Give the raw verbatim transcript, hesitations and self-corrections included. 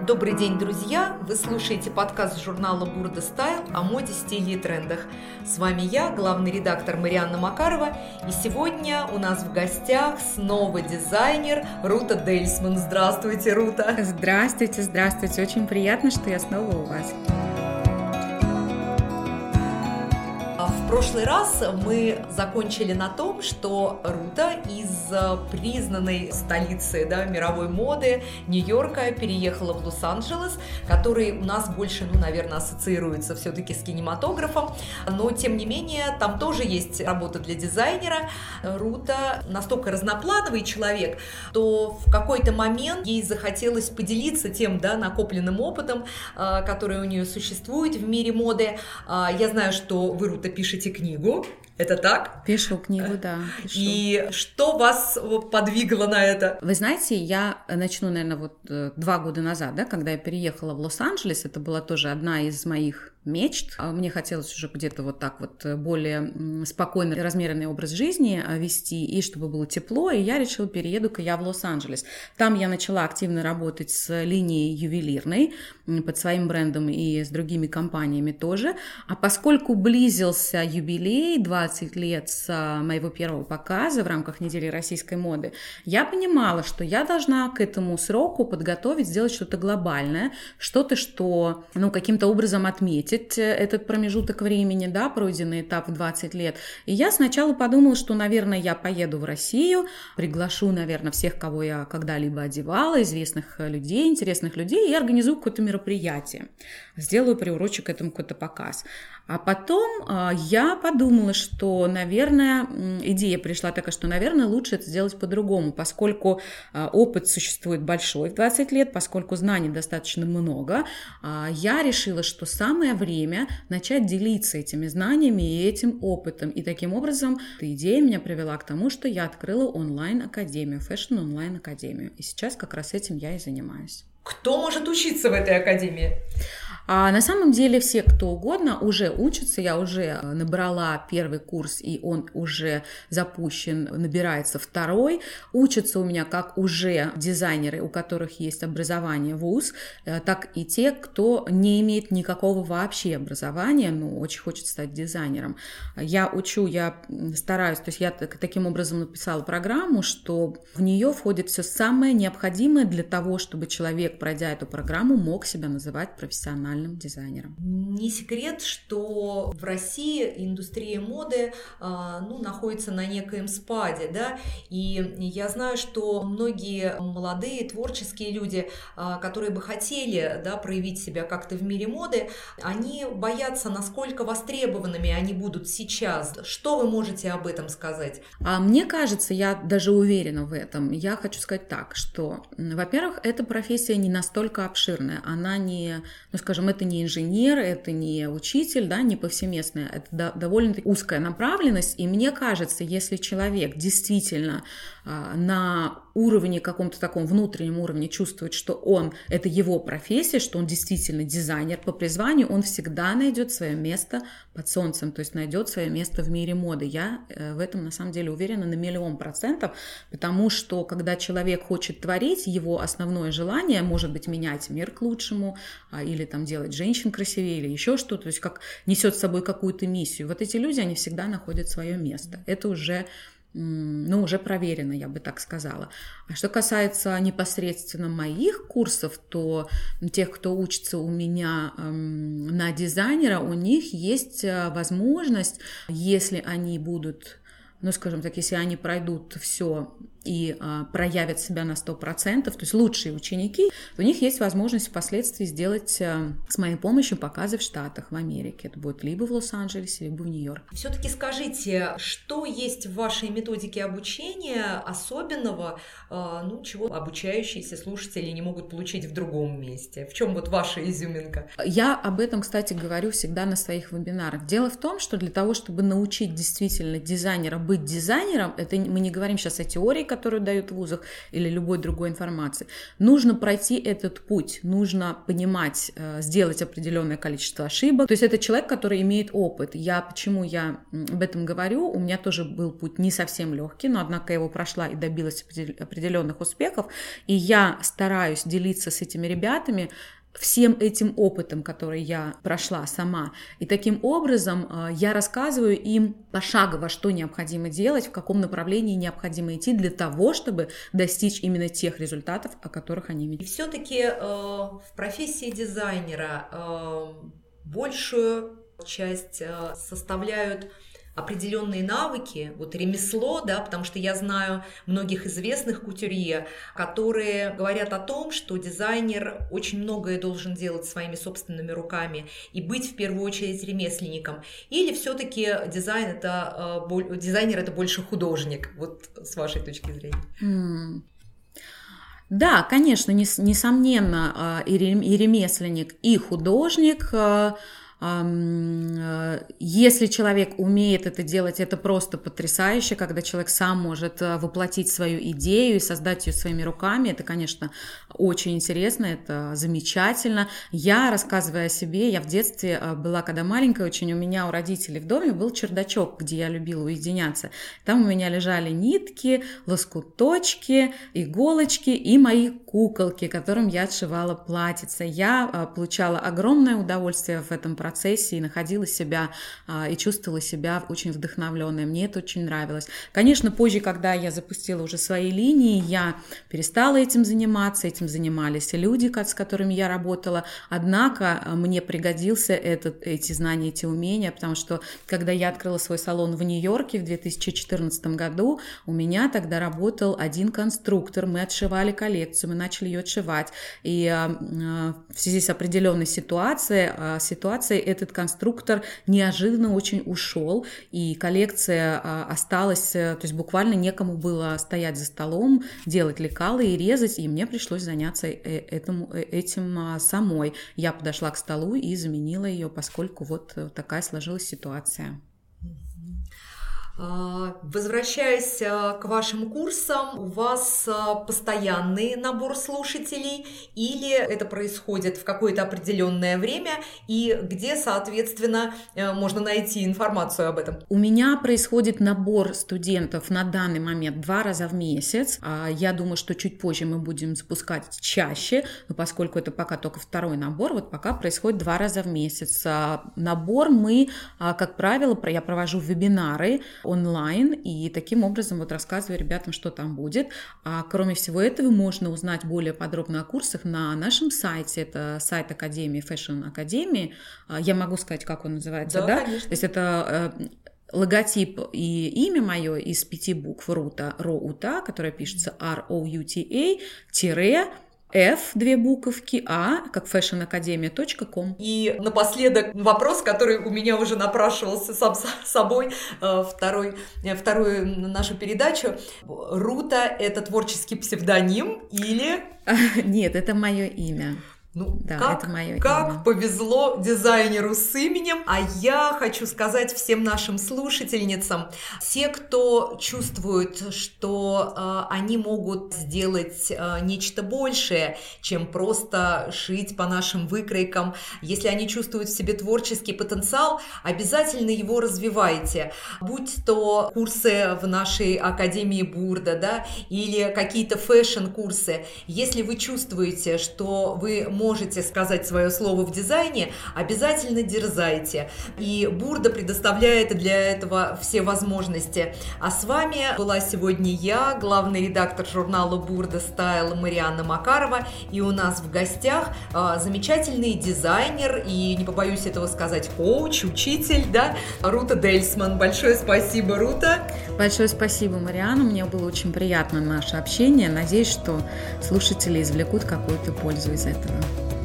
Добрый день, друзья! Вы слушаете подкаст журнала Burda Style о моде, стиле и трендах. С вами я, главный редактор Марианна Макарова, и сегодня у нас в гостях снова дизайнер Рута Дельсман. Здравствуйте, Рута! Здравствуйте, здравствуйте! Очень приятно, что я снова у вас. В прошлый раз мы закончили на том, что Рута из признанной столицы, да, мировой моды Нью-Йорка переехала в Лос-Анджелес, который у нас больше, ну, наверное, ассоциируется все-таки с кинематографом, но, тем не менее, там тоже есть работа для дизайнера. Рута настолько разноплановый человек, то в какой-то момент ей захотелось поделиться тем, да, накопленным опытом, который у нее существует в мире моды. Я знаю, что вы, Рута, пишете книгу. Это так? Пишу книгу, да. Пишу. И что вас подвигло на это? Вы знаете, я начну, наверное, вот два года назад, да, когда я переехала в Лос-Анджелес, это была тоже одна из моих мечт. Мне хотелось уже где-то вот так вот более спокойный, размеренный образ жизни вести, и чтобы было тепло, и я решила, перееду-ка я в Лос-Анджелес. Там я начала активно работать с линией ювелирной, под своим брендом и с другими компаниями тоже. А поскольку близился юбилей, двадцать лет с моего первого показа в рамках недели российской моды, я понимала, что я должна к этому сроку подготовить, сделать что-то глобальное, что-то, что, ну, каким-то образом отметить этот промежуток времени, да, пройденный этап в двадцать лет. И я сначала подумала, что, наверное, я поеду в Россию, приглашу, наверное, всех, кого я когда-либо одевала, известных людей, интересных людей, и организую какое-то мероприятие. Сделаю, приурочу к этому какой-то показ. А потом э, я подумала, что, наверное, идея пришла такая, что, наверное, лучше это сделать по-другому, поскольку э, опыт существует большой в двадцать лет, поскольку знаний достаточно много, э, я решила, что самое время начать делиться этими знаниями и этим опытом. И таким образом эта идея меня привела к тому, что я открыла онлайн-академию, фэшн-онлайн-академию. И сейчас как раз этим я и занимаюсь. Кто может учиться в этой академии? А на самом деле все, кто угодно, уже учатся. Я уже набрала первый курс, и он уже запущен, набирается второй. Учатся у меня как уже дизайнеры, у которых есть образование вуз, так и те, кто не имеет никакого вообще образования, но очень хочет стать дизайнером. Я учу, я стараюсь, то есть я таким образом написала программу, что в нее входит все самое необходимое для того, чтобы человек, пройдя эту программу, мог себя называть профессиональным дизайнером. Не секрет, что в России индустрия моды ну, находится на некоем спаде, да, и я знаю, что многие молодые творческие люди, которые бы хотели, да, проявить себя как-то в мире моды, они боятся, насколько востребованными они будут сейчас. Что вы можете об этом сказать? А мне кажется, я даже уверена в этом. Я хочу сказать так, что, во-первых, эта профессия не настолько обширная, она не, ну, скажем, это не инженер, это не учитель, да, не повсеместная, это довольно узкая направленность, и мне кажется, если человек действительно а, на уровне, каком-то таком внутреннем уровне чувствует, что он, это его профессия, что он действительно дизайнер по призванию, он всегда найдет свое место под солнцем, то есть найдет свое место в мире моды. Я в этом на самом деле уверена на миллион процентов, потому что когда человек хочет творить, его основное желание может быть менять мир к лучшему, или там делать женщин красивее, или еще что-то, то есть как несет с собой какую-то миссию. Вот эти люди, они всегда находят свое место. Это уже ну, уже проверено, я бы так сказала. А что касается непосредственно моих курсов, то тех, кто учится у меня эм, на дизайнера, у них есть возможность, если они будут, ну, скажем так, если они пройдут все и а, проявят себя на сто процентов, то есть лучшие ученики, у них есть возможность впоследствии сделать а, с моей помощью показы в Штатах, в Америке. Это будет либо в Лос-Анджелесе, либо в Нью-Йорке. Все-таки скажите, что есть в вашей методике обучения особенного, а, ну, чего обучающиеся слушатели не могут получить в другом месте? В чем вот ваша изюминка? Я об этом, кстати, говорю всегда на своих вебинарах. Дело в том, что для того, чтобы научить действительно дизайнера быть дизайнером, это мы не говорим сейчас о теории, которую дают в вузах, или любой другой информации. Нужно пройти этот путь, нужно понимать, сделать определенное количество ошибок. То есть это человек, который имеет опыт. Я, почему я об этом говорю, у меня тоже был путь не совсем легкий, но однако я его прошла и добилась определенных успехов, и я стараюсь делиться с этими ребятами всем этим опытом, который я прошла сама. И таким образом я рассказываю им пошагово, что необходимо делать, в каком направлении необходимо идти для того, чтобы достичь именно тех результатов, о которых они мечтают. И все-таки э, в профессии дизайнера э, большую часть э, составляют определенные навыки, вот ремесло, да, потому что я знаю многих известных кутюрье, которые говорят о том, что дизайнер очень многое должен делать своими собственными руками и быть в первую очередь ремесленником. Или все-таки дизайн это, дизайнер это больше художник, вот с вашей точки зрения? Mm. Да, конечно, несомненно, и ремесленник, и художник. Если человек умеет это делать, это просто потрясающе, когда человек сам может воплотить свою идею и создать ее своими руками. Это, конечно, очень интересно, это замечательно. Я, рассказывая о себе, я в детстве была, когда маленькая очень, у меня у родителей в доме был чердачок, где я любила уединяться. Там у меня лежали нитки, лоскуточки, иголочки и мои куколки, которым я отшивала платьица. Я получала огромное удовольствие в этом процессе и находила себя и чувствовала себя очень вдохновленной. Мне это очень нравилось. Конечно, позже, когда я запустила уже свои линии, я перестала этим заниматься, этим занимались люди, с которыми я работала. Однако мне пригодился этот, эти знания, эти умения, потому что когда я открыла свой салон в Нью-Йорке в две тысячи четырнадцатом году, у меня тогда работал один конструктор. Мы отшивали коллекцию, мы начали ее отшивать. И в связи с определенной ситуацией, ситуацией этот конструктор неожиданно очень ушел, и коллекция осталась, то есть буквально некому было стоять за столом, делать лекалы и резать, и мне пришлось заняться этим, этим самой. Я подошла к столу и заменила ее, поскольку вот такая сложилась ситуация. Возвращаясь к вашим курсам, у вас постоянный набор слушателей или это происходит в какое-то определенное время и где, соответственно, можно найти информацию об этом? У меня происходит набор студентов на данный момент два раза в месяц. Я думаю, что чуть позже мы будем запускать чаще, но поскольку это пока только второй набор, вот пока происходит два раза в месяц. Набор мы, как правило, я провожу вебинары онлайн, и таким образом вот рассказываю ребятам, что там будет. А кроме всего этого, можно узнать более подробно о курсах на нашем сайте. Это сайт Академии, Fashion Академии. Я могу сказать, как он называется, да? Да, конечно. То есть это логотип и имя мое из пяти букв Рута, Роута, которая пишется эр о ю ти эй, тире, F, две буковки, А, как фэшн академия точка ком. И напоследок вопрос, который у меня уже напрашивался сам собой, второй, вторую нашу передачу. Рута – это творческий псевдоним или… Нет, это мое имя. Ну, да, как, это мое как имя. Повезло дизайнеру с именем. А я хочу сказать всем нашим слушательницам, те, кто чувствует, что э, они могут сделать э, нечто большее, чем просто шить по нашим выкройкам, если они чувствуют в себе творческий потенциал, обязательно его развивайте. Будь то курсы в нашей Академии Бурда, да, или какие-то фэшн-курсы. Если вы чувствуете, что вы можете можете сказать свое слово в дизайне, обязательно дерзайте. И Бурда предоставляет для этого все возможности. А с вами была сегодня я, главный редактор журнала Бурда Стайл Марианна Макарова. И у нас в гостях а, замечательный дизайнер и, не побоюсь этого сказать, коуч, учитель, да, Рута Дельсман. Большое спасибо, Рута. Большое спасибо, Марианна. Мне было очень приятно наше общение. Надеюсь, что слушатели извлекут какую-то пользу из этого.